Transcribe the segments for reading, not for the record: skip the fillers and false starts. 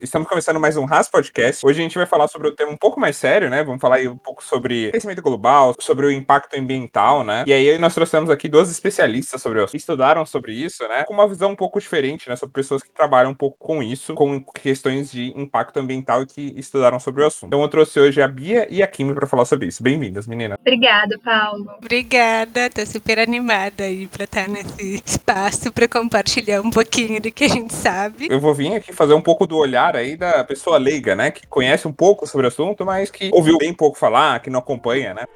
Estamos começando mais um Haas Podcast. Hoje a gente vai falar sobre um tema um pouco mais sério, né? Vamos falar aí um pouco sobre aquecimento global, sobre o impacto ambiental, né? E aí nós trouxemos aqui duas especialistas sobre o assunto, que estudaram sobre isso, né? Com uma visão um pouco diferente, né? Sobre pessoas que trabalham um pouco com isso, com questões de impacto ambiental e que estudaram sobre o assunto. Então eu trouxe hoje a Bia e a Kimi para falar sobre isso. Bem-vindas, meninas. Obrigada, Paulo. Obrigada, tô super animada aí pra estar nesse espaço pra compartilhar um pouquinho do que a gente sabe. Eu vou vir aqui fazer um pouco do olhar aí da pessoa leiga, né? Que conhece um pouco sobre o assunto, mas que ouviu bem pouco falar, que não acompanha, né?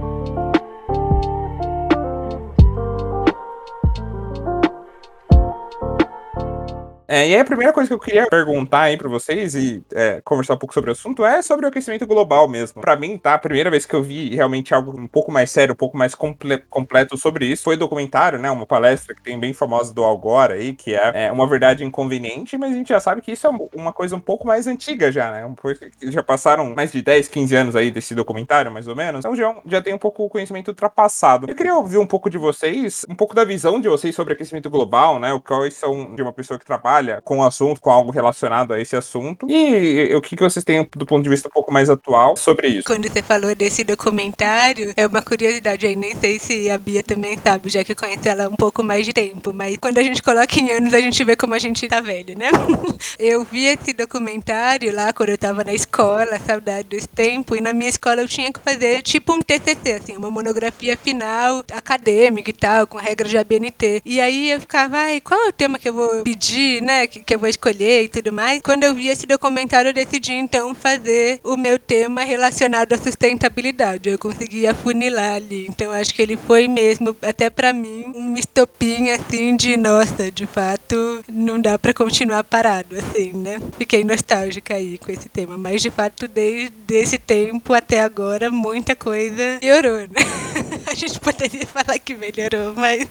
E aí a primeira coisa que eu queria perguntar aí pra vocês e conversar um pouco sobre o assunto é sobre o aquecimento global mesmo. Pra mim, tá, a primeira vez que eu vi realmente algo um pouco mais sério, um pouco mais completo sobre isso, foi documentário, né, uma palestra que tem bem famosa do Al Gore aí, que é Uma Verdade Inconveniente, mas a gente já sabe que isso é uma coisa um pouco mais antiga já, né, já passaram mais de 10, 15 anos aí desse documentário, mais ou menos, então já tem um pouco o conhecimento ultrapassado. Eu queria ouvir um pouco de vocês, um pouco da visão de vocês sobre aquecimento global, né, quais são de uma pessoa que trabalha com o assunto, com algo relacionado a esse assunto. E o que vocês têm do ponto de vista um pouco mais atual sobre isso? Quando você falou desse documentário, é uma curiosidade aí, nem sei se a Bia também sabe, já que conhece ela há um pouco mais de tempo, mas quando a gente coloca em anos, a gente vê como a gente tá velho, né? Eu vi esse documentário lá quando eu tava na escola, saudade desse tempo, e na minha escola eu tinha que fazer tipo um TCC, assim, uma monografia final acadêmica e tal, com regras de ABNT. E aí eu ficava, ai, qual é o tema que eu vou pedir, né, que eu vou escolher e tudo mais. Quando eu vi esse documentário, eu decidi, então, fazer o meu tema relacionado à sustentabilidade. Eu consegui afunilar ali. Então, acho que ele foi mesmo, até pra mim, um estopim, assim, de, nossa, de fato, não dá pra continuar parado, assim, né? Fiquei nostálgica aí com esse tema. Mas, de fato, desde esse tempo até agora, muita coisa piorou, né? A gente poderia falar que melhorou, mas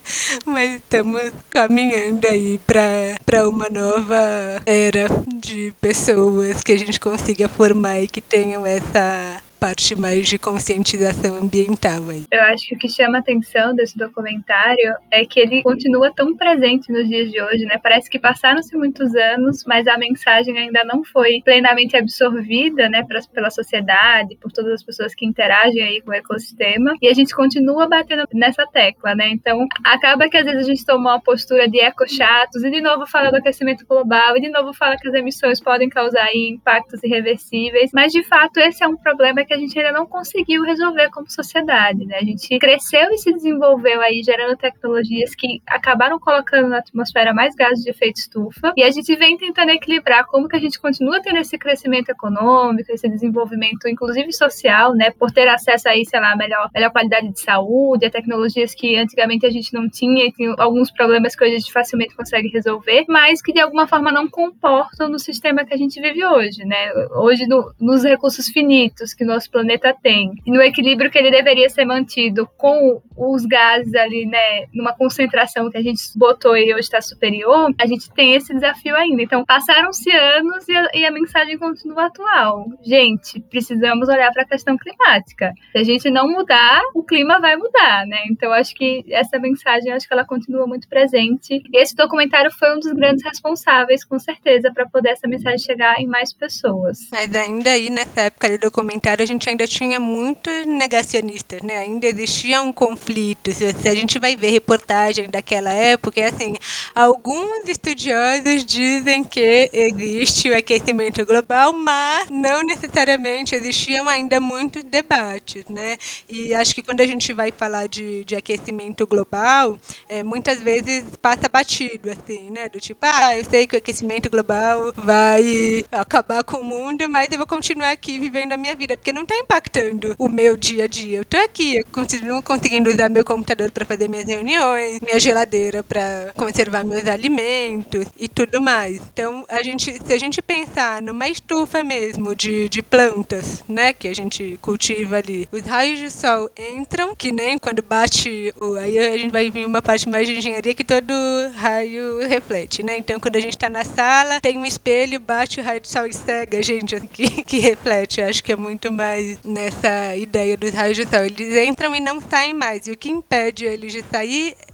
estamos caminhando aí para uma nova era de pessoas que a gente consiga formar e que tenham essa parte mais de conscientização ambiental aí. Eu acho que o que chama a atenção desse documentário é que ele continua tão presente nos dias de hoje, né? Parece que passaram-se muitos anos, mas a mensagem ainda não foi plenamente absorvida, né, pela sociedade, por todas as pessoas que interagem aí com o ecossistema, e a gente continua batendo nessa tecla, né? Então, acaba que às vezes a gente toma uma postura de eco-chatos e de novo fala do aquecimento global e de novo fala que as emissões podem causar aí impactos irreversíveis, mas de fato esse é um problema que a gente ainda não conseguiu resolver como sociedade, né? A gente cresceu e se desenvolveu aí gerando tecnologias que acabaram colocando na atmosfera mais gases de efeito estufa, e a gente vem tentando equilibrar como que a gente continua tendo esse crescimento econômico, esse desenvolvimento inclusive social, né? Por ter acesso aí, sei lá, melhor qualidade de saúde, a tecnologias que antigamente a gente não tinha e tem alguns problemas que hoje a gente facilmente consegue resolver, mas que de alguma forma não comportam no sistema que a gente vive hoje, né? Hoje nos recursos finitos que nosso planeta tem, e no equilíbrio que ele deveria ser mantido com os gases ali, né, numa concentração que a gente botou e hoje está superior, a gente tem esse desafio ainda. Então, passaram-se anos e a mensagem continua atual. Gente, precisamos olhar para a questão climática. Se a gente não mudar, o clima vai mudar, né? Então, acho que essa mensagem, acho que ela continua muito presente. Esse documentário foi um dos grandes responsáveis, com certeza, para poder essa mensagem chegar em mais pessoas. Mas ainda aí, nessa época do documentário, a gente ainda tinha muitos negacionistas, né? Ainda existia um conflito. Se a gente vai ver reportagem daquela época, é assim, alguns estudiosos dizem que existe o aquecimento global, mas não necessariamente existiam ainda muitos debates, né? E acho que quando a gente vai falar de aquecimento global, muitas vezes passa batido, assim, né? Do tipo, eu sei que o aquecimento global vai acabar com o mundo, mas eu vou continuar aqui vivendo a minha vida, porque não está impactando o meu dia a dia. Eu estou aqui, eu continuo conseguindo usar meu computador para fazer minhas reuniões, minha geladeira para conservar meus alimentos e tudo mais. Então, se a gente pensar numa estufa mesmo de plantas, né, que a gente cultiva ali, os raios de sol entram, que nem quando bate, aí a gente vai vir uma parte mais de engenharia que todo raio reflete, né? Então, quando a gente está na sala, tem um espelho, bate o raio de sol e cega a gente que reflete. Eu acho que é muito mais nessa ideia dos raios de sol. Eles entram e não saem mais. E o que impede eles de sair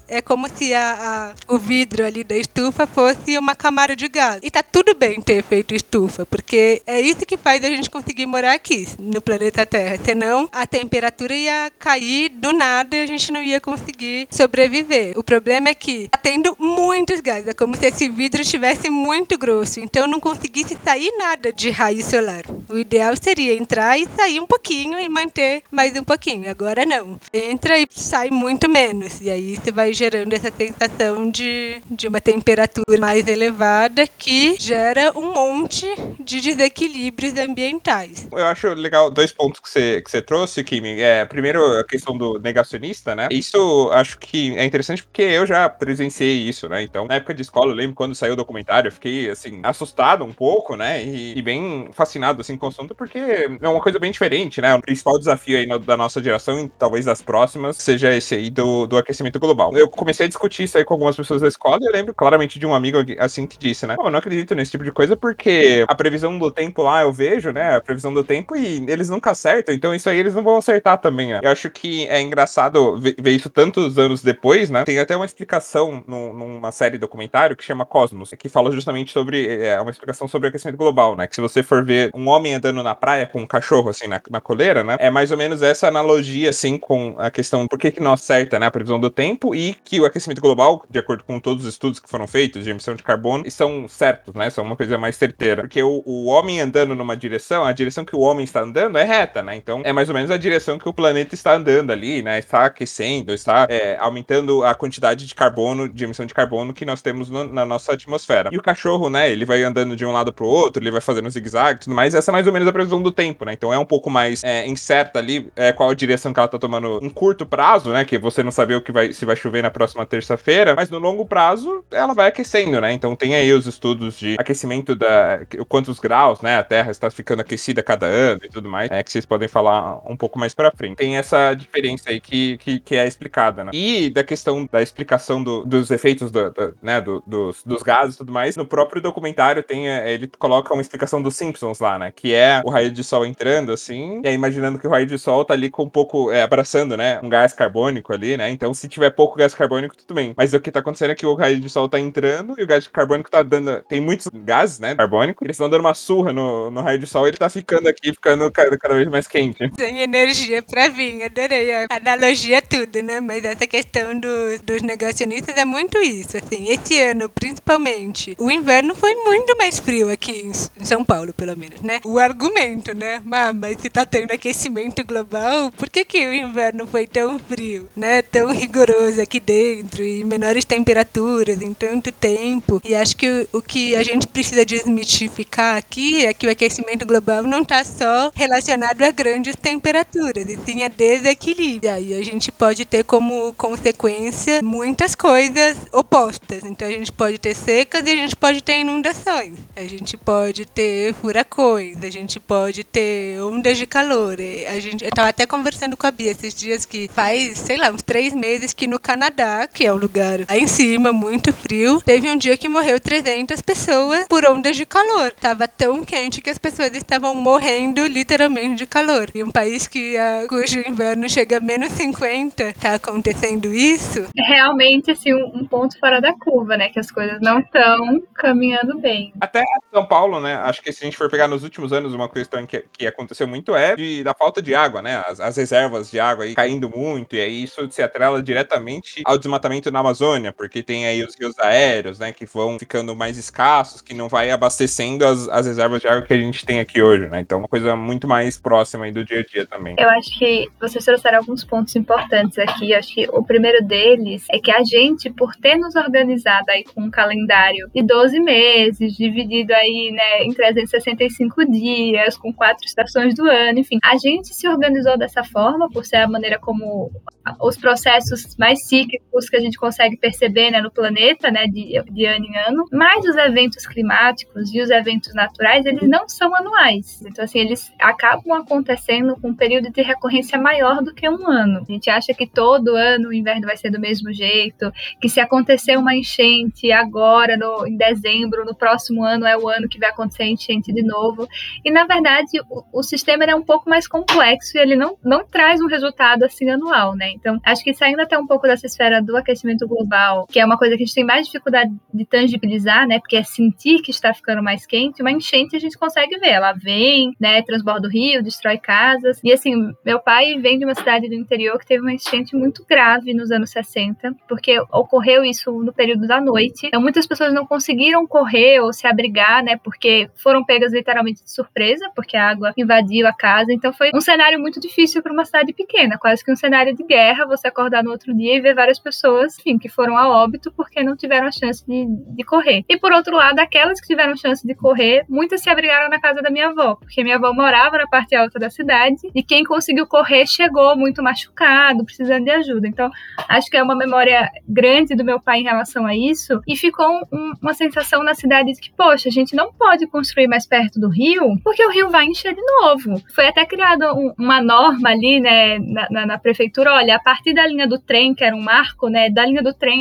é como se o vidro ali da estufa fosse uma camada de gás. E tá tudo bem ter feito estufa, porque é isso que faz a gente conseguir morar aqui, no planeta Terra. Senão, a temperatura ia cair do nada e a gente não ia conseguir sobreviver. O problema é que tá tendo muitos gases. É como se esse vidro estivesse muito grosso, então não conseguisse sair nada de raiz solar. O ideal seria entrar e sair um pouquinho e manter mais um pouquinho. Agora não. Entra e sai muito menos. E aí você vai gerando essa sensação de uma temperatura mais elevada que gera um monte de desequilíbrios ambientais. Eu acho legal 2 pontos que você trouxe, Kimi. Primeiro, a questão do negacionista, né? Isso acho que é interessante porque eu já presenciei isso, né? Então, na época de escola, eu lembro quando saiu o documentário, eu fiquei, assim, assustado um pouco, né? E bem fascinado, assim, com o assunto, porque é uma coisa bem diferente, né? O principal desafio aí da nossa geração e talvez das próximas seja esse aí do aquecimento global. Eu comecei a discutir isso aí com algumas pessoas da escola e eu lembro claramente de um amigo, assim, que disse, né? Eu não acredito nesse tipo de coisa porque a previsão do tempo lá eu vejo, né? A previsão do tempo e eles nunca acertam, então isso aí eles não vão acertar também, né? Eu acho que é engraçado ver isso tantos anos depois, né? Tem até uma explicação numa série documentário que chama Cosmos, que fala justamente sobre uma explicação sobre o aquecimento global, né? Que se você for ver um homem andando na praia com um cachorro, assim, na coleira, né? É mais ou menos essa analogia, assim, com a questão por que não acerta, né? A previsão do tempo e que o aquecimento global, de acordo com todos os estudos que foram feitos de emissão de carbono, são certos, né? São uma coisa mais certeira. Porque o homem andando numa direção, a direção que o homem está andando é reta, né? Então é mais ou menos a direção que o planeta está andando ali, né? Está aquecendo, está aumentando a quantidade de carbono, de emissão de carbono que nós temos na nossa atmosfera. E o cachorro, né? Ele vai andando de um lado pro outro, ele vai fazendo zigue-zague e tudo mais. Essa é mais ou menos a previsão do tempo, né? Então é um pouco mais incerta ali qual a direção que ela tá tomando em curto prazo, né? Que você não sabe se vai chover na próxima terça-feira, mas no longo prazo ela vai aquecendo, né? Então tem aí os estudos de aquecimento quantos graus, né? A Terra está ficando aquecida a cada ano e tudo mais, que vocês podem falar um pouco mais pra frente. Tem essa diferença aí que é explicada, né? E da questão da explicação dos efeitos dos gases e tudo mais, no próprio documentário ele coloca uma explicação dos Simpsons lá, né? Que é o raio de sol entrando, assim, e aí imaginando que o raio de sol tá ali com um pouco, abraçando, né? Um gás carbônico ali, né? Então, se tiver pouco gás carbônico, tudo bem. Mas o que tá acontecendo é que o raio de sol tá entrando e o gás carbônico tá dando... Tem muitos gases, né? Carbônico. Eles estão dando uma surra no raio de sol e ele tá ficando cada vez mais quente. Tem energia pra vir, adorei. A analogia é tudo, né? Mas essa questão dos negacionistas é muito isso, assim. Esse ano, principalmente, o inverno foi muito mais frio aqui em São Paulo, pelo menos, né? O argumento, né? Mas se tá tendo aquecimento global, por que o inverno foi tão frio, né? Tão rigoroso aqui dentro e menores temperaturas em tanto tempo. E acho que o que a gente precisa desmistificar aqui é que o aquecimento global não tá só relacionado a grandes temperaturas, e sim a desequilíbrio. E aí a gente pode ter como consequência muitas coisas opostas. Então a gente pode ter secas e a gente pode ter inundações. A gente pode ter furacões, a gente pode ter ondas de calor. Eu tava até conversando com a Bia esses dias que faz, sei lá, uns 3 meses que no Canadá, que é um lugar lá em cima, muito frio, teve um dia que morreu 300 pessoas por ondas de calor. Tava tão quente que as pessoas estavam morrendo literalmente de calor. E um país cujo inverno chega a menos 50, tá acontecendo isso. É realmente, assim, um ponto fora da curva, né? Que as coisas não estão caminhando bem. Até São Paulo, né? Acho que se a gente for pegar nos últimos anos, uma questão que aconteceu muito da falta de água, né? As reservas de água aí caindo muito, e aí isso se atrela diretamente ao desmatamento na Amazônia, porque tem aí os rios aéreos, né? Que vão ficando mais escassos, que não vai abastecendo as reservas de água que a gente tem aqui hoje, né? Então, uma coisa muito mais próxima aí do dia a dia também. Eu acho que vocês trouxeram alguns pontos importantes aqui. Eu acho que o primeiro deles é que a gente, por ter nos organizado aí com um calendário de 12 meses, dividido aí, né, em 365 dias, com 4 estações do ano, enfim, a gente se organizou dessa forma, por ser a maneira como os processos mais cíclicos que a gente consegue perceber, né, no planeta, né, de ano em ano, mas os eventos climáticos e os eventos naturais, eles não são anuais. Então, assim, eles acabam acontecendo com um período de recorrência maior do que um ano. A gente acha que todo ano o inverno vai ser do mesmo jeito, que se acontecer uma enchente agora, em dezembro, no próximo ano é o ano que vai acontecer a enchente de novo. E, na verdade, o sistema é um pouco mais complexo e ele não traz um resultado assim anual, né? Então, acho que saindo até um pouco dessa esfera do aquecimento global, que é uma coisa que a gente tem mais dificuldade de tangibilizar, né, porque é sentir que está ficando mais quente, uma enchente a gente consegue ver, ela vem, né, transborda o rio, destrói casas, e assim, meu pai vem de uma cidade do interior que teve uma enchente muito grave nos anos 60, porque ocorreu isso no período da noite, então muitas pessoas não conseguiram correr ou se abrigar, né, porque foram pegas literalmente de surpresa, porque a água invadiu a casa, então foi um cenário muito difícil para uma cidade pequena, quase que um cenário de guerra, você acordar no outro dia e ver várias pessoas, enfim, que foram a óbito porque não tiveram a chance de correr. E por outro lado, aquelas que tiveram chance de correr, muitas se abrigaram na casa da minha avó, porque minha avó morava na parte alta da cidade e quem conseguiu correr chegou muito machucado, precisando de ajuda. Então, acho que é uma memória grande do meu pai em relação a isso, e ficou uma sensação na cidade de que, poxa, a gente não pode construir mais perto do rio, porque o rio vai encher de novo. Foi até criada uma norma ali, né, na prefeitura, olha, a partir da linha do trem, que era um marco, né, da linha do trem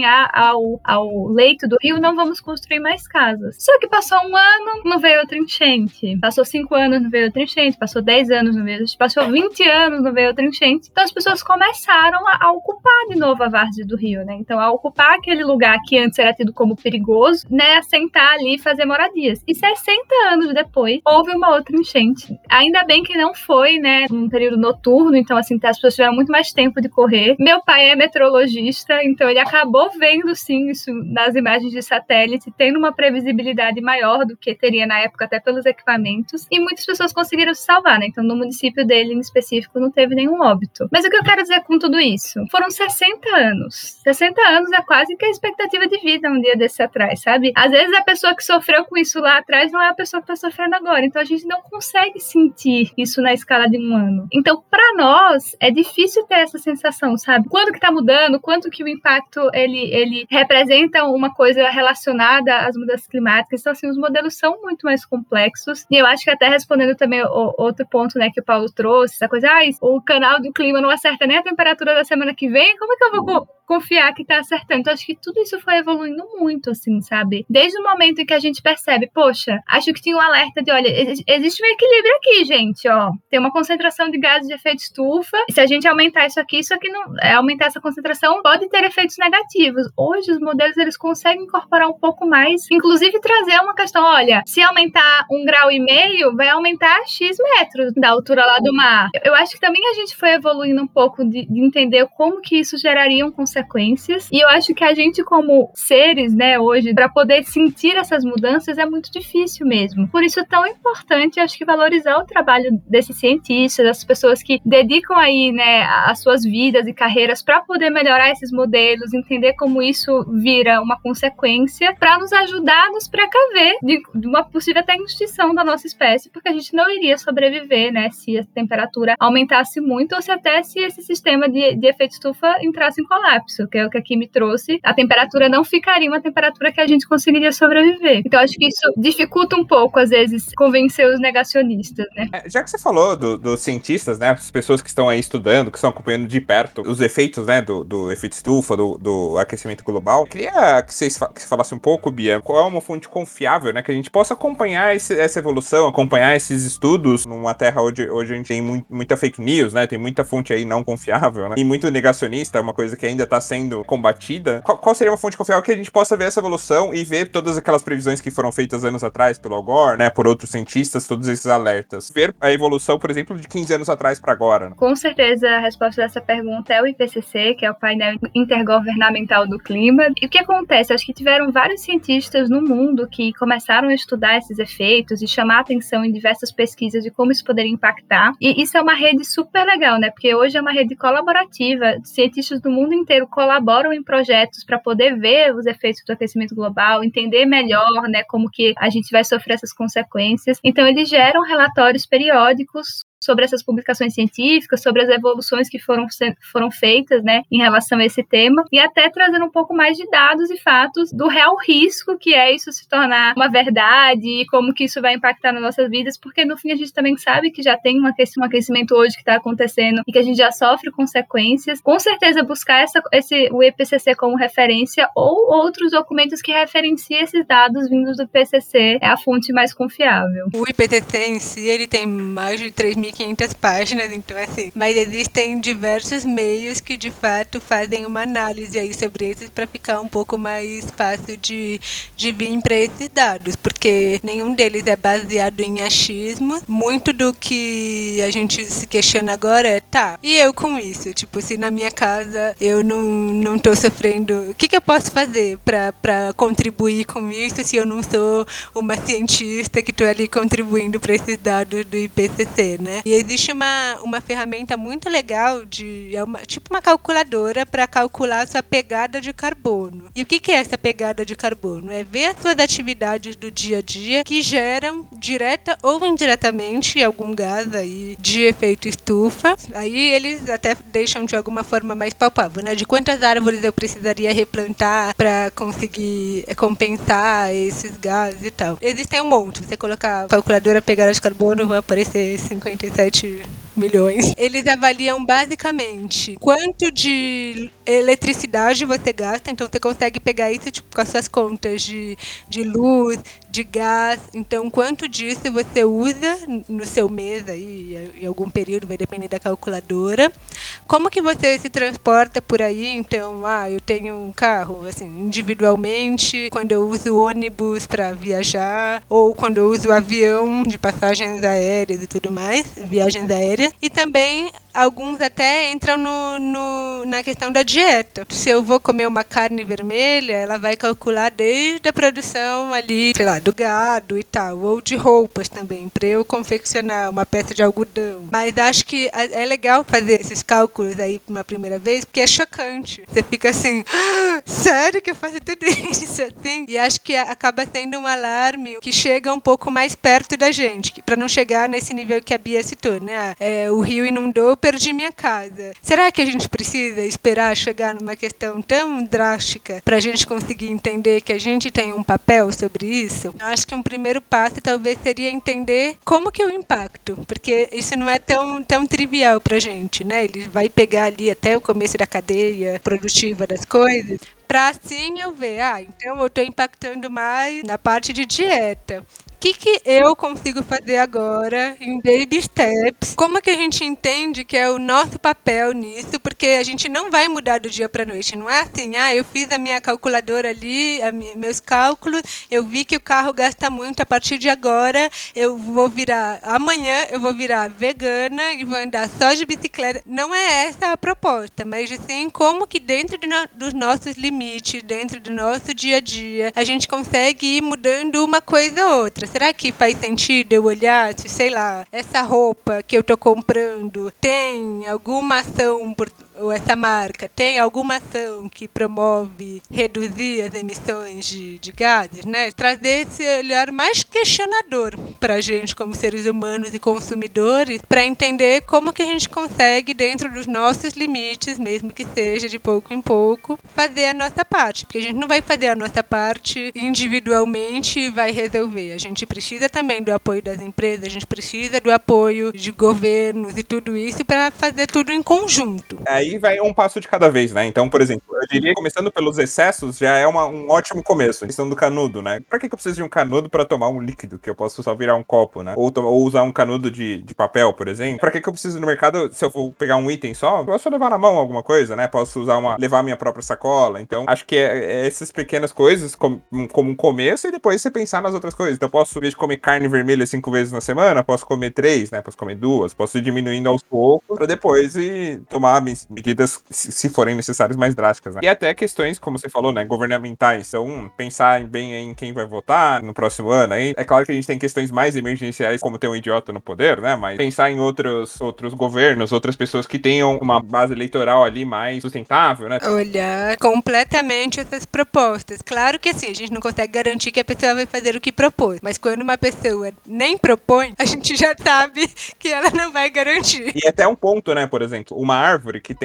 ao leito do rio, não vamos construir mais casas. Só que passou um ano, não veio outra enchente. Passou 5 anos, não veio outra enchente. Passou 10 anos, não veio outra enchente. Passou 20 anos, não veio outra enchente. Então as pessoas começaram a ocupar de novo a várzea do rio, né? Então a ocupar aquele lugar que antes era tido como perigoso, né, assentar ali e fazer moradias. E 60 anos depois, houve uma outra enchente. Ainda bem que não foi, né, num período noturno, então assim, as pessoas tiveram muito mais tempo de correr. Meu pai é meteorologista, então ele acabou vendo sim isso nas imagens de satélite, tendo uma previsibilidade maior do que teria na época, até pelos equipamentos, e muitas pessoas conseguiram se salvar, né? Então no município dele em específico não teve nenhum óbito. Mas o que eu quero dizer com tudo isso? Foram 60 anos. 60 anos é quase que a expectativa de vida um dia desse atrás, sabe? Às vezes a pessoa que sofreu com isso lá atrás não é a pessoa que tá sofrendo agora, então a gente não consegue sentir isso na escala de um ano. Então, para nós, é difícil ter essa sensação, sabe? Quando que tá mudando, quanto que o impacto, ele representa uma coisa relacionada às mudanças climáticas. Então, assim, os modelos são muito mais complexos. E eu acho que até respondendo também outro ponto, né, que o Paulo trouxe, essa coisa, o canal do clima não acerta nem a temperatura da semana que vem, como é que eu vou confiar que tá acertando? Então, acho que tudo isso foi evoluindo muito, assim, sabe? Desde o momento em que a gente percebe, poxa, acho que tinha um alerta de, olha, existe um equilíbrio aqui, gente, ó. Tem uma concentração de gases de efeito estufa, e se a gente aumentar isso aqui não... aumentar essa concentração pode ter efeitos negativos. Hoje, os modelos, eles conseguem incorporar um pouco mais, inclusive trazer uma questão, olha, se aumentar 1,5 graus, vai aumentar X metros da altura lá do mar. Eu acho que também a gente foi evoluindo um pouco de entender como que isso geraria consequências, e eu acho que a gente como seres, né, hoje, para poder sentir essas mudanças é muito difícil mesmo. Por isso é tão importante, acho que, valorizar o trabalho desses cientistas, das pessoas que dedicam aí, né, as suas vidas e carreiras para poder melhorar esses modelos, entender como isso vira uma consequência, para nos ajudar a nos precaver de uma possível até extinção da nossa espécie, porque a gente não iria sobreviver, né, se a temperatura aumentasse muito, ou se até se esse sistema de efeito estufa entrasse em colapso, que é o que aqui me trouxe, a temperatura não ficaria uma temperatura que a gente conseguiria sobreviver. Então, acho que isso dificulta um pouco, às vezes, convencer os negacionistas, né? Já que você falou dos cientistas, né, as pessoas que estão aí estudando, que estão acompanhando de perto os efeitos, né, do efeito estufa, do aquecimento global, eu queria que você falasse um pouco, Bia, qual é uma fonte confiável, né, que a gente possa acompanhar essa evolução, acompanhar esses estudos numa terra onde a gente tem muita fake news, né, tem muita fonte aí não confiável, né, e muito negacionista, uma coisa que ainda está sendo combatida. Qual seria uma fonte confiável que a gente possa ver essa evolução e ver todas aquelas previsões que foram feitas anos atrás pelo Al Gore, né, por outros cientistas, todos esses alertas? Ver a evolução, por exemplo, de 15 anos atrás para agora. Né? Com certeza a resposta dessa pergunta é o IPCC, que é o painel intergovernamental do clima. E o que acontece? Acho que tiveram vários cientistas no mundo que começaram a estudar esses efeitos e chamar a atenção em diversas pesquisas de como isso poderia impactar. E isso é uma rede super legal, né? Porque hoje é uma rede colaborativa. Cientistas do mundo inteiro colaboram em projetos para poder ver os efeitos do aquecimento global, entender melhor, né, como que a gente vai sofrer essas consequências. Então, eles geram relatórios periódicos sobre essas publicações científicas, sobre as evoluções que foram feitas, né, em relação a esse tema, e até trazendo um pouco mais de dados e fatos do real risco que é isso se tornar uma verdade e como que isso vai impactar nas nossas vidas, porque no fim a gente também sabe que já tem um aquecimento hoje que está acontecendo e que a gente já sofre consequências. Com certeza buscar o IPCC como referência ou outros documentos que referenciem esses dados vindos do IPCC é a fonte mais confiável. O IPCC em si, ele tem mais de 3.000 1.500 páginas, então assim. Mas existem diversos meios que de fato fazem uma análise aí sobre esses para ficar um pouco mais fácil de vir para esses dados, porque nenhum deles é baseado em achismo. Muito do que a gente se questiona agora é, tá, e eu com isso? Tipo, se na minha casa eu não tô sofrendo, o que eu posso fazer para contribuir com isso se eu não sou uma cientista que tô ali contribuindo para esses dados do IPCC, né? E existe uma ferramenta muito legal tipo uma calculadora para calcular a sua pegada de carbono. E o que é essa pegada de carbono? É ver as suas atividades do dia a dia que geram, direta ou indiretamente, algum gás aí de efeito estufa. Aí eles até deixam de alguma forma mais palpável, né? De quantas árvores eu precisaria replantar para conseguir compensar esses gases e tal. Existem um monte. Você colocar a calculadora pegada de carbono, vai aparecer 57 milhões. Eles avaliam basicamente quanto de eletricidade você gasta, então você consegue pegar isso tipo, com as suas contas de luz, de gás, então quanto disso você usa no seu mês aí, em algum período, vai depender da calculadora. Como que você se transporta por aí, então, eu tenho um carro, assim, individualmente, quando eu uso ônibus para viajar, ou quando eu uso avião de passagens aéreas e tudo mais, viagens aéreas, e também alguns até entram na questão da dieta. Se eu vou comer uma carne vermelha, ela vai calcular desde a produção ali, sei lá, do gado e tal, ou de roupas também, para eu confeccionar uma peça de algodão. Mas acho que é legal fazer esses cálculos aí uma primeira vez, porque é chocante. Você fica assim, sério que eu faço tudo isso assim? E acho que acaba sendo um alarme que chega um pouco mais perto da gente, para não chegar nesse nível que a Bia citou, né? O rio inundou, perdi minha casa. Será que a gente precisa esperar chegar numa questão tão drástica para a gente conseguir entender que a gente tem um papel sobre isso? Eu acho que um primeiro passo talvez seria entender como que é o impacto, porque isso não é tão trivial para a gente, né? Ele vai pegar ali até o começo da cadeia produtiva das coisas, para assim eu ver, então eu estou impactando mais na parte de dieta. O que eu consigo fazer agora em baby steps? Como que a gente entende que é o nosso papel nisso? Porque a gente não vai mudar do dia para a noite. Não é assim, eu fiz a minha calculadora ali, meus cálculos, eu vi que o carro gasta muito, a partir de agora amanhã eu vou virar vegana e vou andar só de bicicleta. Não é essa a proposta, mas sim como que dentro dos nossos limites, dentro do nosso dia a dia, a gente consegue ir mudando uma coisa ou outra. Será que faz sentido eu olhar se, sei lá, essa roupa que eu tô comprando tem alguma ação ou essa marca tem alguma ação que promove reduzir as emissões de gases, né? Trazer esse olhar mais questionador para a gente como seres humanos e consumidores, para entender como que a gente consegue, dentro dos nossos limites, mesmo que seja de pouco em pouco, fazer a nossa parte. Porque a gente não vai fazer a nossa parte individualmente e vai resolver. A gente precisa também do apoio das empresas, a gente precisa do apoio de governos e tudo isso para fazer tudo em conjunto. Aí vai um passo de cada vez, né? Então, por exemplo, eu diria que começando pelos excessos já é um ótimo começo. A questão do canudo, né? Pra que eu preciso de um canudo pra tomar um líquido que eu posso só virar um copo, né? Ou usar um canudo de papel, por exemplo. Pra que eu preciso no mercado, se eu for pegar um item só, eu posso levar na mão alguma coisa, né? Posso levar minha própria sacola. Então, acho que é essas pequenas coisas como um começo e depois você pensar nas outras coisas. Então, eu posso, em vez de comer carne vermelha 5 vezes na semana, posso comer 3, né? Posso comer 2, posso ir diminuindo aos poucos pra depois tomar medidas, se forem necessárias, mais drásticas, né? E até questões, como você falou, né, governamentais. Então, pensar bem em quem vai votar no próximo ano. Aí, é claro que a gente tem questões mais emergenciais, como ter um idiota no poder, né? Mas pensar em outros governos, outras pessoas que tenham uma base eleitoral ali mais sustentável, né? Olhar completamente essas propostas. Claro que assim, a gente não consegue garantir que a pessoa vai fazer o que propôs, mas quando uma pessoa nem propõe, a gente já sabe que ela não vai garantir. E até um ponto, né, por exemplo, uma árvore que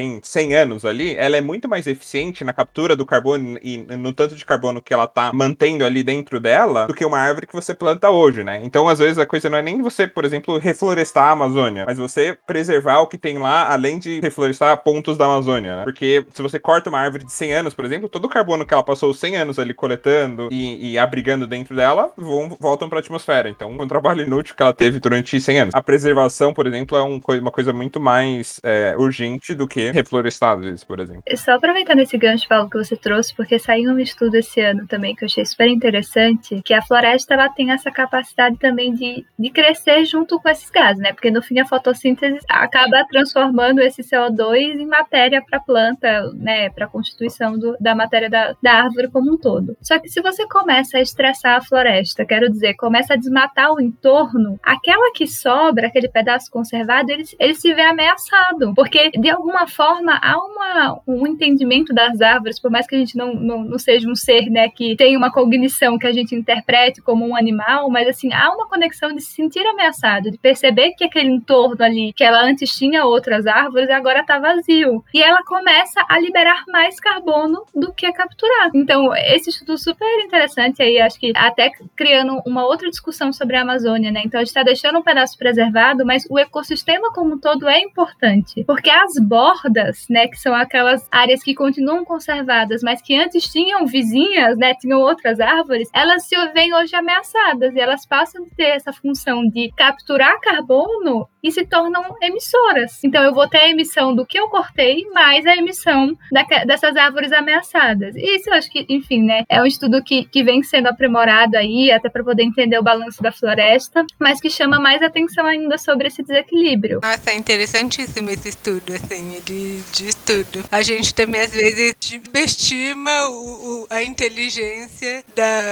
tem 100 anos ali, ela é muito mais eficiente na captura do carbono e no tanto de carbono que ela tá mantendo ali dentro dela do que uma árvore que você planta hoje, né? Então, às vezes, a coisa não é nem você, por exemplo, reflorestar a Amazônia, mas você preservar o que tem lá, além de reflorestar pontos da Amazônia, né? Porque se você corta uma árvore de 100 anos, por exemplo, todo o carbono que ela passou 100 anos ali coletando e abrigando dentro dela, voltam para a atmosfera. Então, um trabalho inútil que ela teve durante 100 anos. A preservação, por exemplo, é uma coisa muito mais urgente do que reflorestar, às vezes, por exemplo. Só aproveitando esse gancho, Paulo, que você trouxe, porque saiu um estudo esse ano também que eu achei super interessante, que a floresta ela tem essa capacidade também de crescer junto com esses gases, né? Porque no fim a fotossíntese acaba transformando esse CO2 em matéria para a planta, né? Para a constituição da matéria da árvore como um todo. Só que se você começa a estressar a floresta, quero dizer, começa a desmatar o entorno, aquela que sobra, aquele pedaço conservado, ele se vê ameaçado, porque de alguma forma há um entendimento das árvores, por mais que a gente não seja um ser, né, que tem uma cognição que a gente interprete como um animal, mas assim, há uma conexão de se sentir ameaçado, de perceber que aquele entorno ali, que ela antes tinha outras árvores, agora está vazio. E ela começa a liberar mais carbono do que capturar. Então, esse estudo super interessante aí, acho que até criando uma outra discussão sobre a Amazônia, né? Então, a gente está deixando um pedaço preservado, mas o ecossistema como um todo é importante, porque as bordas, né, que são aquelas áreas que continuam conservadas, mas que antes tinham vizinhas, né, tinham outras árvores, elas se veem hoje ameaçadas e elas passam a ter essa função de capturar carbono e se tornam emissoras. Então, eu vou ter a emissão do que eu cortei, mais a emissão dessas árvores ameaçadas. E isso eu acho que, enfim, né, é um estudo que vem sendo aprimorado aí, até para poder entender o balanço da floresta, mas que chama mais atenção ainda sobre esse desequilíbrio. Nossa, é interessantíssimo esse estudo, assim, de estudo. A gente também, às vezes, subestima a inteligência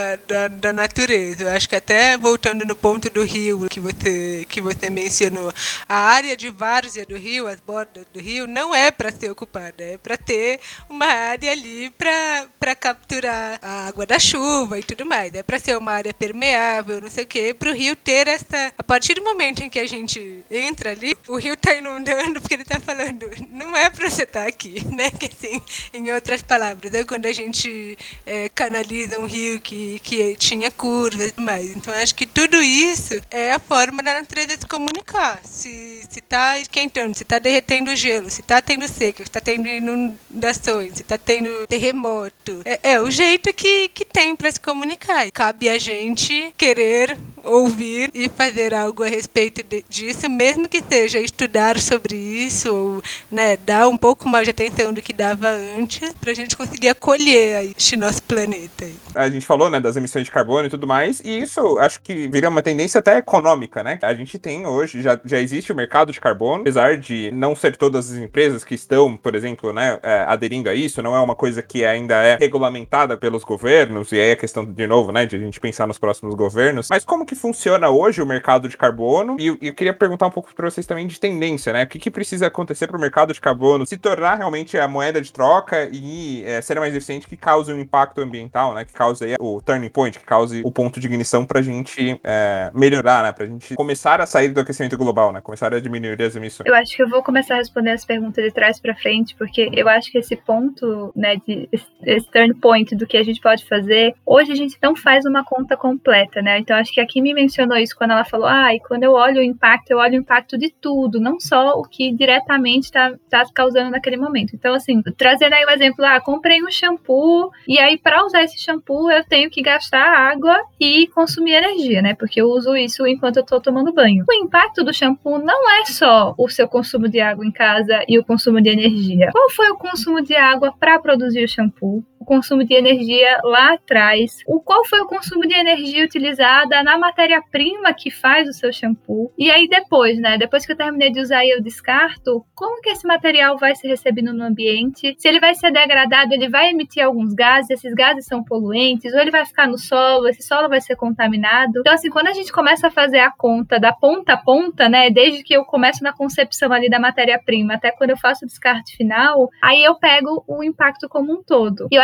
da natureza. Eu acho que até voltando no ponto do rio que você mencionou, a área de várzea do rio, as bordas do rio, não é para ser ocupada, é para ter uma área ali para capturar a água da chuva e tudo mais. É para ser uma área permeável, não sei o quê, para o rio ter essa... A partir do momento em que a gente entra ali, o rio está inundando porque ele está falando, não é para você estar aqui, né? Que assim, em outras palavras, é quando a gente canaliza um rio que tinha curvas e tudo mais. Então, acho que tudo isso é a forma da natureza se comunicar. Se está esquentando, se está derretendo o gelo, se está tendo seca, se está tendo inundações, se está tendo terremoto. É o jeito que tem para se comunicar. E cabe a gente querer ouvir e fazer algo a respeito disso, mesmo que seja estudar sobre isso, ou, né, dar um pouco mais de atenção do que dava antes, para a gente conseguir acolher aí este nosso planeta. Aí. A gente falou, né, das emissões de carbono e tudo mais, e isso acho que vira uma tendência até econômica, né? A gente tem hoje, já existe o mercado de carbono, apesar de não ser todas as empresas que estão, por exemplo, né, aderindo a isso, não é uma coisa que ainda é regulamentada pelos governos, e aí a questão, de novo, né, de a gente pensar nos próximos governos, mas como que funciona hoje o mercado de carbono? E eu queria perguntar um pouco para vocês também de tendência, né? O que precisa acontecer para o mercado de carbono se tornar realmente a moeda de troca e ser mais eficiente, que cause um impacto ambiental, né? Que cause aí o turning point, que cause o ponto de ignição para a gente melhorar, né? Para a gente começar a sair do aquecimento global, né? Começar a diminuir as emissões. Eu acho que eu vou começar a responder as perguntas de trás para frente, porque eu acho que esse ponto, né, esse turn point do que a gente pode fazer, hoje a gente não faz uma conta completa, né? Então acho que a Kimi mencionou isso quando ela falou, e quando eu olho o impacto, eu olho o impacto de tudo, não só o que diretamente está causando naquele momento. Então, assim, trazendo aí o exemplo, comprei um shampoo, e aí para usar esse shampoo eu tenho que gastar água e consumir energia, né? Porque eu uso isso enquanto eu tô tomando banho. O impacto do shampoo não é só o seu consumo de água em casa e o consumo de energia. Qual foi o consumo de água para produzir o shampoo? O consumo de energia lá atrás? Qual foi o consumo de energia utilizada na matéria-prima que faz o seu shampoo? E aí depois, né? Depois que eu terminei de usar e eu descarto, como que esse material vai ser recebido no ambiente? Se ele vai ser degradado, ele vai emitir alguns gases, esses gases são poluentes, ou ele vai ficar no solo, esse solo vai ser contaminado. Então, assim, quando a gente começa a fazer a conta da ponta a ponta, né? Desde que eu começo na concepção ali da matéria-prima até quando eu faço o descarte final, aí eu pego o impacto como um todo. E eu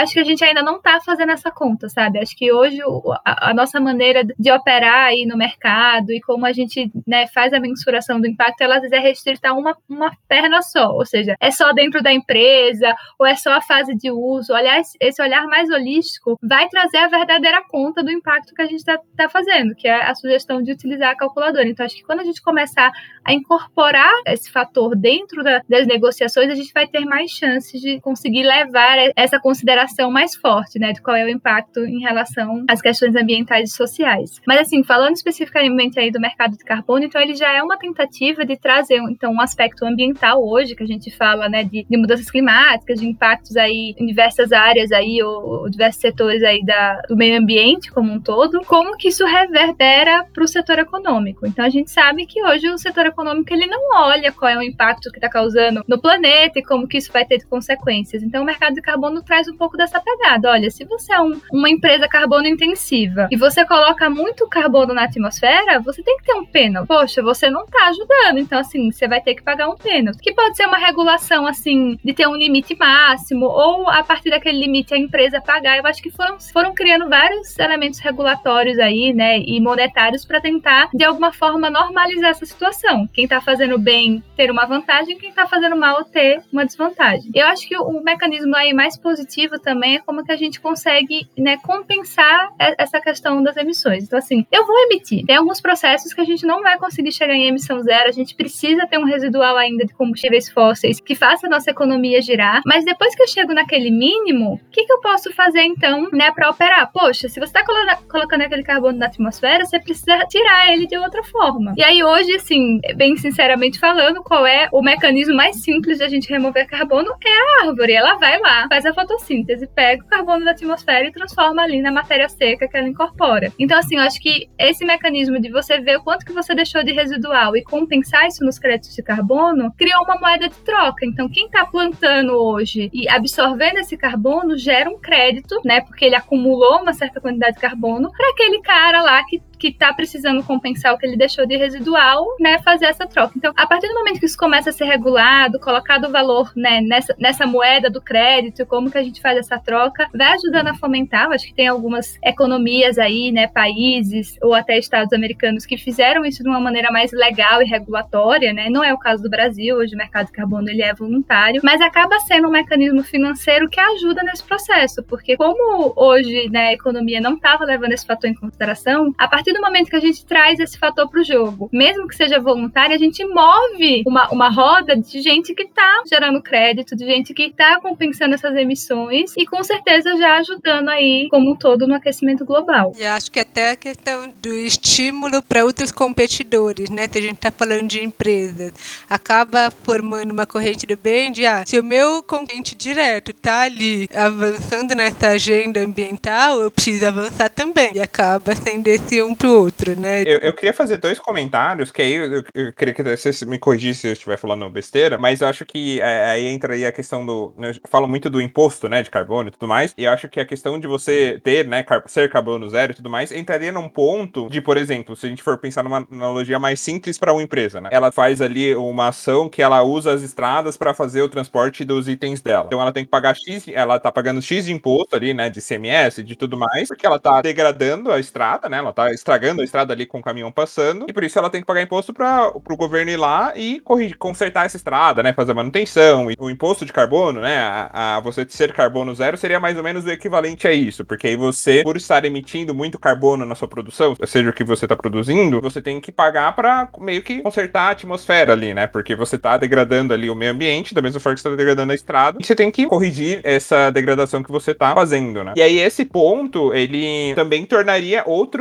acho que a gente ainda não tá fazendo essa conta, sabe? Acho que hoje a nossa maneira de operar aí no mercado e como a gente, né, faz a mensuração do impacto, ela às vezes é restrita a uma perna só, ou seja, é só dentro da empresa ou é só a fase de uso. Aliás, esse olhar mais holístico vai trazer a verdadeira conta do impacto que a gente tá fazendo, que é a sugestão de utilizar a calculadora. Então, acho que quando a gente começar a incorporar esse fator dentro das negociações, a gente vai ter mais chances de conseguir levar essa consideração mais forte, né, de qual é o impacto em relação às questões ambientais e sociais. Mas, assim, falando especificamente aí do mercado de carbono, então ele já é uma tentativa de trazer, então, um aspecto ambiental hoje, que a gente fala, né, de mudanças climáticas, de impactos aí em diversas áreas aí, ou diversos setores aí do meio ambiente como um todo, como que isso reverbera para o setor econômico. Então, a gente sabe que hoje o setor econômico, ele não olha qual é o impacto que está causando no planeta e como que isso vai ter consequências. Então, o mercado de carbono traz um pouco dessa pegada. Olha, se você é uma empresa carbono intensiva e você coloca muito carbono na atmosfera, você tem que ter um pênalti. Poxa, você não está ajudando, então, assim, você vai ter que pagar um pênalti. Que pode ser uma regulação, assim, de ter um limite máximo, ou a partir daquele limite a empresa pagar. Eu acho que foram criando vários elementos regulatórios aí, né, e monetários para tentar, de alguma forma, normalizar essa situação. Quem está fazendo bem ter uma vantagem, quem está fazendo mal ter uma desvantagem. Eu acho que o mecanismo aí mais positivo também é como que a gente consegue, né, compensar essa questão das emissões. Então, assim, eu vou emitir. Tem alguns processos que a gente não vai conseguir chegar em emissão zero, a gente precisa ter um residual ainda de combustíveis fósseis que faça a nossa economia girar, mas depois que eu chego naquele mínimo, o que eu posso fazer então, né, para operar? Poxa, se você está colocando aquele carbono na atmosfera, você precisa tirar ele de outra forma. E aí hoje, assim, bem sinceramente falando, qual é o mecanismo mais simples de a gente remover carbono? É a árvore. Ela vai lá, faz a fotossíntese, pega o carbono da atmosfera e transforma ali na matéria seca que ela incorpora. Então, assim, eu acho que esse mecanismo de você ver o quanto que você deixou de residual e compensar isso nos créditos de carbono, criou uma moeda de troca. Então, quem está plantando hoje e absorvendo esse carbono gera um crédito, né, porque ele acumulou uma certa quantidade de carbono para aquele cara lá que está precisando compensar o que ele deixou de residual, né, fazer essa troca. Então, a partir do momento que isso começa a ser regulado, colocado o valor, né, nessa moeda do crédito, como que a gente faz essa troca, vai ajudando a fomentar. Eu acho que tem algumas economias aí, né, países ou até estados americanos que fizeram isso de uma maneira mais legal e regulatória, né, não é o caso do Brasil. Hoje o mercado de carbono ele é voluntário, mas acaba sendo um mecanismo financeiro que ajuda nesse processo, porque como hoje, né, a economia não estava levando esse fator em consideração, a partir do momento que a gente traz esse fator para o jogo, mesmo que seja voluntário, a gente move uma roda de gente que está gerando crédito, de gente que está compensando essas emissões e com certeza já ajudando aí como um todo no aquecimento global. E acho que até a questão do estímulo para outros competidores, né? Se a gente está falando de empresas, acaba formando uma corrente do bem de, se o meu concorrente direto está ali avançando nessa agenda ambiental, eu preciso avançar também. E acaba sendo esse um pro outro, né? Eu queria fazer 2 comentários, que aí eu queria que você me corrigisse se eu estiver falando besteira, mas eu acho que aí entra aí a questão eu falo muito do imposto, né, de carbono e tudo mais, e eu acho que a questão de você ter, né, ser carbono zero e tudo mais, entraria num ponto de, por exemplo, se a gente for pensar numa analogia mais simples para uma empresa, né, ela faz ali uma ação que ela usa as estradas para fazer o transporte dos itens dela. Então ela tem que pagar X, ela tá pagando X de imposto ali, né, de ICMS, de tudo mais, porque ela tá degradando a estrada, né, ela tá estragando a estrada ali com o caminhão passando, e por isso ela tem que pagar imposto pro governo ir lá e consertar essa estrada, né, fazer a manutenção. E o imposto de carbono, né, a você ser carbono zero seria mais ou menos o equivalente a isso, porque aí você, por estar emitindo muito carbono na sua produção, seja o que você tá produzindo, você tem que pagar pra meio que consertar a atmosfera ali, né, porque você tá degradando ali o meio ambiente, da mesma forma que você tá degradando a estrada, e você tem que corrigir essa degradação que você tá fazendo, né. E aí esse ponto, ele também tornaria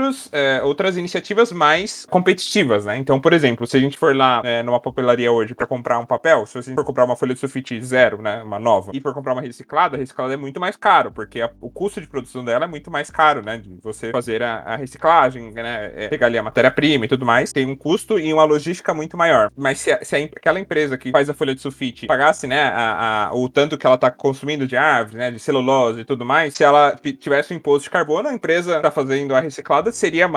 outras iniciativas mais competitivas, né? Então, por exemplo, se a gente for lá numa papelaria hoje para comprar um papel, se você for comprar uma folha de sulfite zero, né, uma nova, e for comprar uma reciclada, a reciclada é muito mais caro, porque o custo de produção dela é muito mais caro, né? De você fazer a reciclagem, né? Pegar ali a matéria-prima e tudo mais, tem um custo e uma logística muito maior. Mas se aquela empresa que faz a folha de sulfite pagasse, né, o tanto que ela tá consumindo de árvore, né, de celulose e tudo mais, se ela tivesse um imposto de carbono, a empresa que tá fazendo a reciclada seria mais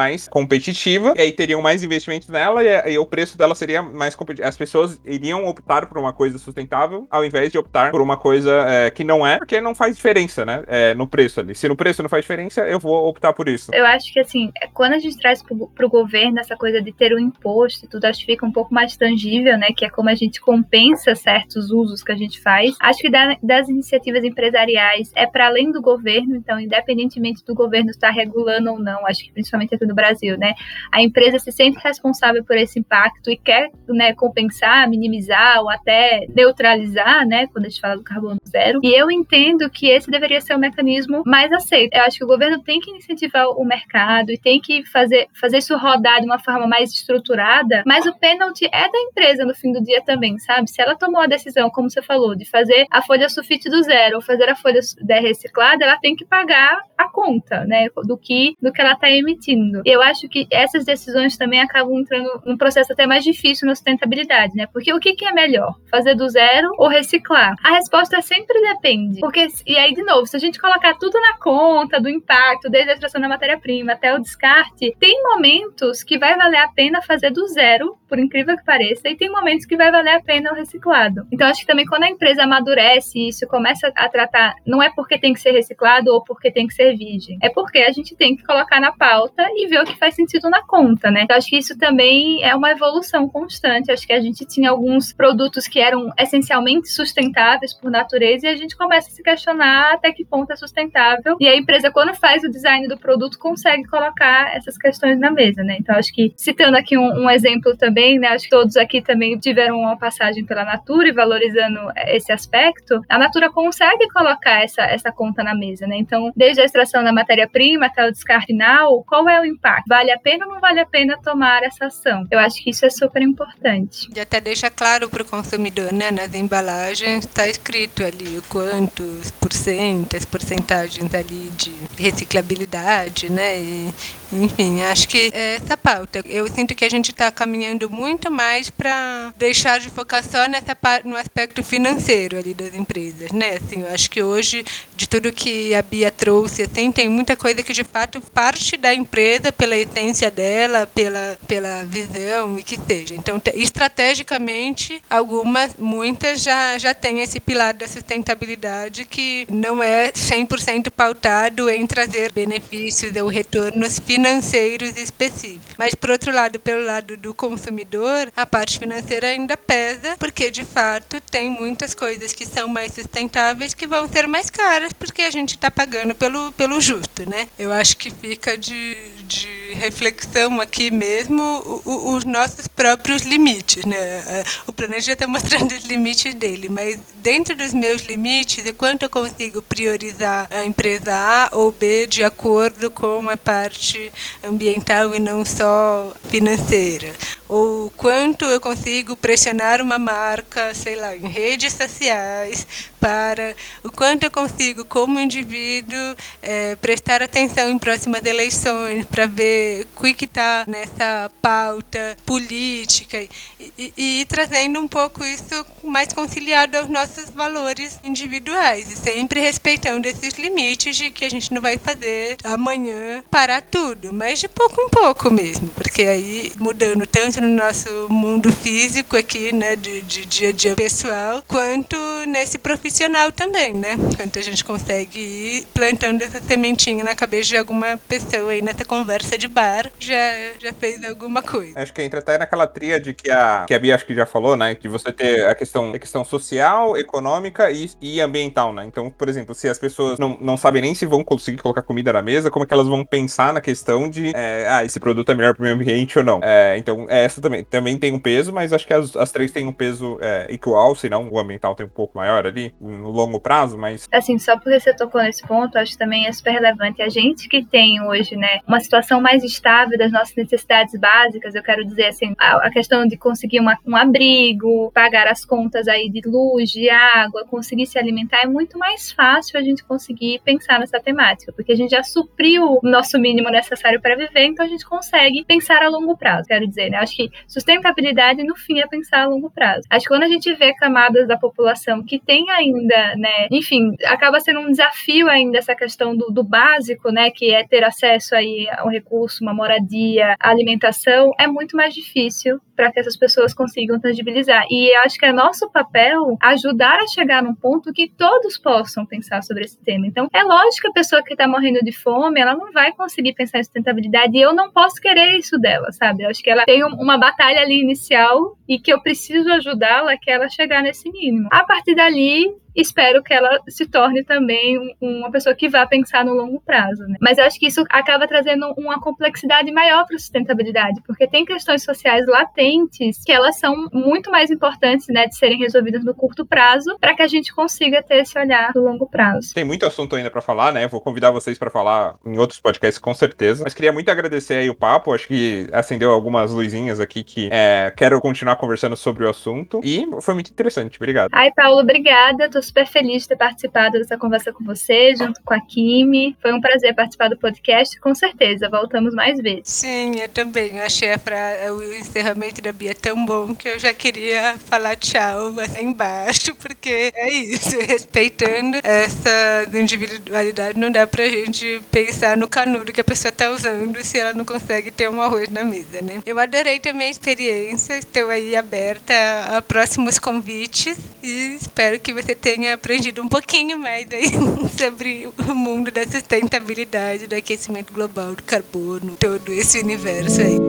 mais competitiva, e aí teriam mais investimentos nela, e o preço dela seria mais competitivo. As pessoas iriam optar por uma coisa sustentável, ao invés de optar por uma coisa que não é, porque não faz diferença, né? No preço ali. Se no preço não faz diferença, eu vou optar por isso. Eu acho que, assim, quando a gente traz pro governo essa coisa de ter um imposto e tudo, acho que fica um pouco mais tangível, né? Que é como a gente compensa certos usos que a gente faz. Acho que das iniciativas empresariais é para além do governo, então, independentemente do governo estar regulando ou não, acho que principalmente aqui no Brasil, né? A empresa se sente responsável por esse impacto e quer, né, compensar, minimizar ou até neutralizar, né? Quando a gente fala do carbono zero. E eu entendo que esse deveria ser o mecanismo mais aceito. Eu acho que o governo tem que incentivar o mercado e tem que fazer isso rodar de uma forma mais estruturada, mas o pênalti é da empresa no fim do dia também, sabe? Se ela tomou a decisão, como você falou, de fazer a folha sulfite do zero ou fazer a folha reciclada, ela tem que pagar a conta, né, do que ela está emitindo. Eu acho que essas decisões também acabam entrando num processo até mais difícil na sustentabilidade, né? Porque o que é melhor? Fazer do zero ou reciclar? A resposta sempre depende. Porque, e aí, de novo, se a gente colocar tudo na conta do impacto, desde a extração da matéria-prima até o descarte, tem momentos que vai valer a pena fazer do zero, por incrível que pareça, e tem momentos que vai valer a pena o reciclado. Então, acho que também quando a empresa amadurece isso, começa a tratar, não é porque tem que ser reciclado ou porque tem que ser virgem, é porque a gente tem que colocar na pauta e ver o que faz sentido na conta, né? Então, acho que isso também é uma evolução constante. Acho que a gente tinha alguns produtos que eram essencialmente sustentáveis por natureza e a gente começa a se questionar até que ponto é sustentável. E a empresa, quando faz o design do produto, consegue colocar essas questões na mesa, né? Então, acho que, citando aqui um exemplo também, né? Acho que todos aqui também tiveram uma passagem pela Natura e valorizando esse aspecto, a Natura consegue colocar essa conta na mesa, né? Então, desde a extração da matéria-prima até o descarte final, qual é o impacto? Vale a pena ou não vale a pena tomar essa ação? Eu acho que isso é super importante. E até deixa claro para o consumidor, né? Nas embalagens está escrito ali o quantos por cento, as porcentagens ali de reciclabilidade, né? E, enfim, acho que essa pauta, eu sinto que a gente está caminhando muito mais para deixar de focar só no aspecto financeiro ali das empresas, né? Assim, eu acho que hoje, de tudo que a Bia trouxe, assim, tem muita coisa que de fato parte da empresa pela essência dela, pela visão e que seja. Então, estrategicamente, muitas já têm esse pilar da sustentabilidade que não é 100% pautado em trazer benefícios ou retornos financeiros específicos. Mas, por outro lado, pelo lado do consumidor, a parte financeira ainda pesa, porque, de fato, tem muitas coisas que são mais sustentáveis que vão ser mais caras, porque a gente está pagando pelo justo, né? Eu acho que fica de reflexão aqui mesmo os nossos próprios limites, né? O planeta já está mostrando os limites dele, mas dentro dos meus limites, e quanto eu consigo priorizar a empresa A ou B de acordo com a parte ambiental e não só financeira, ou quanto eu consigo pressionar uma marca, sei lá, em redes sociais, para o quanto eu consigo, como indivíduo, prestar atenção em próximas eleições, para ver o que está nessa pauta política e ir trazendo um pouco isso mais conciliado aos nossos valores individuais e sempre respeitando esses limites de que a gente não vai fazer amanhã parar tudo, mas de pouco em pouco mesmo, porque aí mudando tanto no nosso mundo físico aqui, né, de dia a dia pessoal, quanto nesse profissional também, né? Quanto a gente consegue ir plantando essa sementinha na cabeça de alguma pessoa aí nessa conversa de bar, já fez alguma coisa. Acho que entra até naquela tríade que a Bia acho que já falou, né? Que você ter a questão social, econômica e ambiental, né? Então, por exemplo, se as pessoas não sabem nem se vão conseguir colocar comida na mesa, como é que elas vão pensar na questão de esse produto é melhor para o meio ambiente ou não? Então, essa também tem um peso, mas acho que as três têm um peso igual, se não o ambiental tem um pouco maior ali, no longo prazo, mas... Assim, só porque você tocou nesse ponto, acho que também é super relevante. A gente que tem hoje, né, uma situação mais estável das nossas necessidades básicas, eu quero dizer assim, a questão de conseguir um abrigo, pagar as contas aí de luz, de água, conseguir se alimentar, é muito mais fácil a gente conseguir pensar nessa temática, porque a gente já supriu o nosso mínimo necessário para viver, então a gente consegue pensar a longo prazo, quero dizer, né? Acho que sustentabilidade, no fim, é pensar a longo prazo. Acho que quando a gente vê camadas da população que tem ainda, né, enfim, acaba sendo um desafio ainda essa questão do básico, né, que é ter acesso aí ao recurso recurso, uma moradia, alimentação, é muito mais difícil para que essas pessoas consigam tangibilizar. E eu acho que é nosso papel ajudar a chegar num ponto que todos possam pensar sobre esse tema. Então, é lógico que a pessoa que está morrendo de fome, ela não vai conseguir pensar em sustentabilidade, e eu não posso querer isso dela, sabe? Eu acho que ela tem uma batalha ali inicial e que eu preciso ajudá-la, que ela chegar nesse mínimo. A partir dali, espero que ela se torne também uma pessoa que vá pensar no longo prazo, né? Mas eu acho que isso acaba trazendo uma complexidade maior para a sustentabilidade, porque tem questões sociais latentes que elas são muito mais importantes, né, de serem resolvidas no curto prazo, para que a gente consiga ter esse olhar no longo prazo. Tem muito assunto ainda para falar, né? Vou convidar vocês para falar em outros podcasts, com certeza. Mas queria muito agradecer aí o papo. Acho que acendeu algumas luzinhas aqui que quero continuar conversando sobre o assunto. E foi muito interessante. Obrigado. Ai, Paulo, obrigada. Tô super feliz de ter participado dessa conversa com você, junto com a Kimi. Foi um prazer participar do podcast. Com certeza, voltamos mais vezes. Sim, eu também. Eu achei o encerramento da Bia tão bom que eu já queria falar tchau assim embaixo, porque é isso. Respeitando essa individualidade, não dá pra gente pensar no canudo que a pessoa tá usando se ela não consegue ter um arroz na mesa, né? Eu adorei também a experiência. Estou aí aberta a próximos convites e espero que você tenha aprendido um pouquinho mais aí sobre o mundo da sustentabilidade, do aquecimento global, do carbono, todo esse universo aí.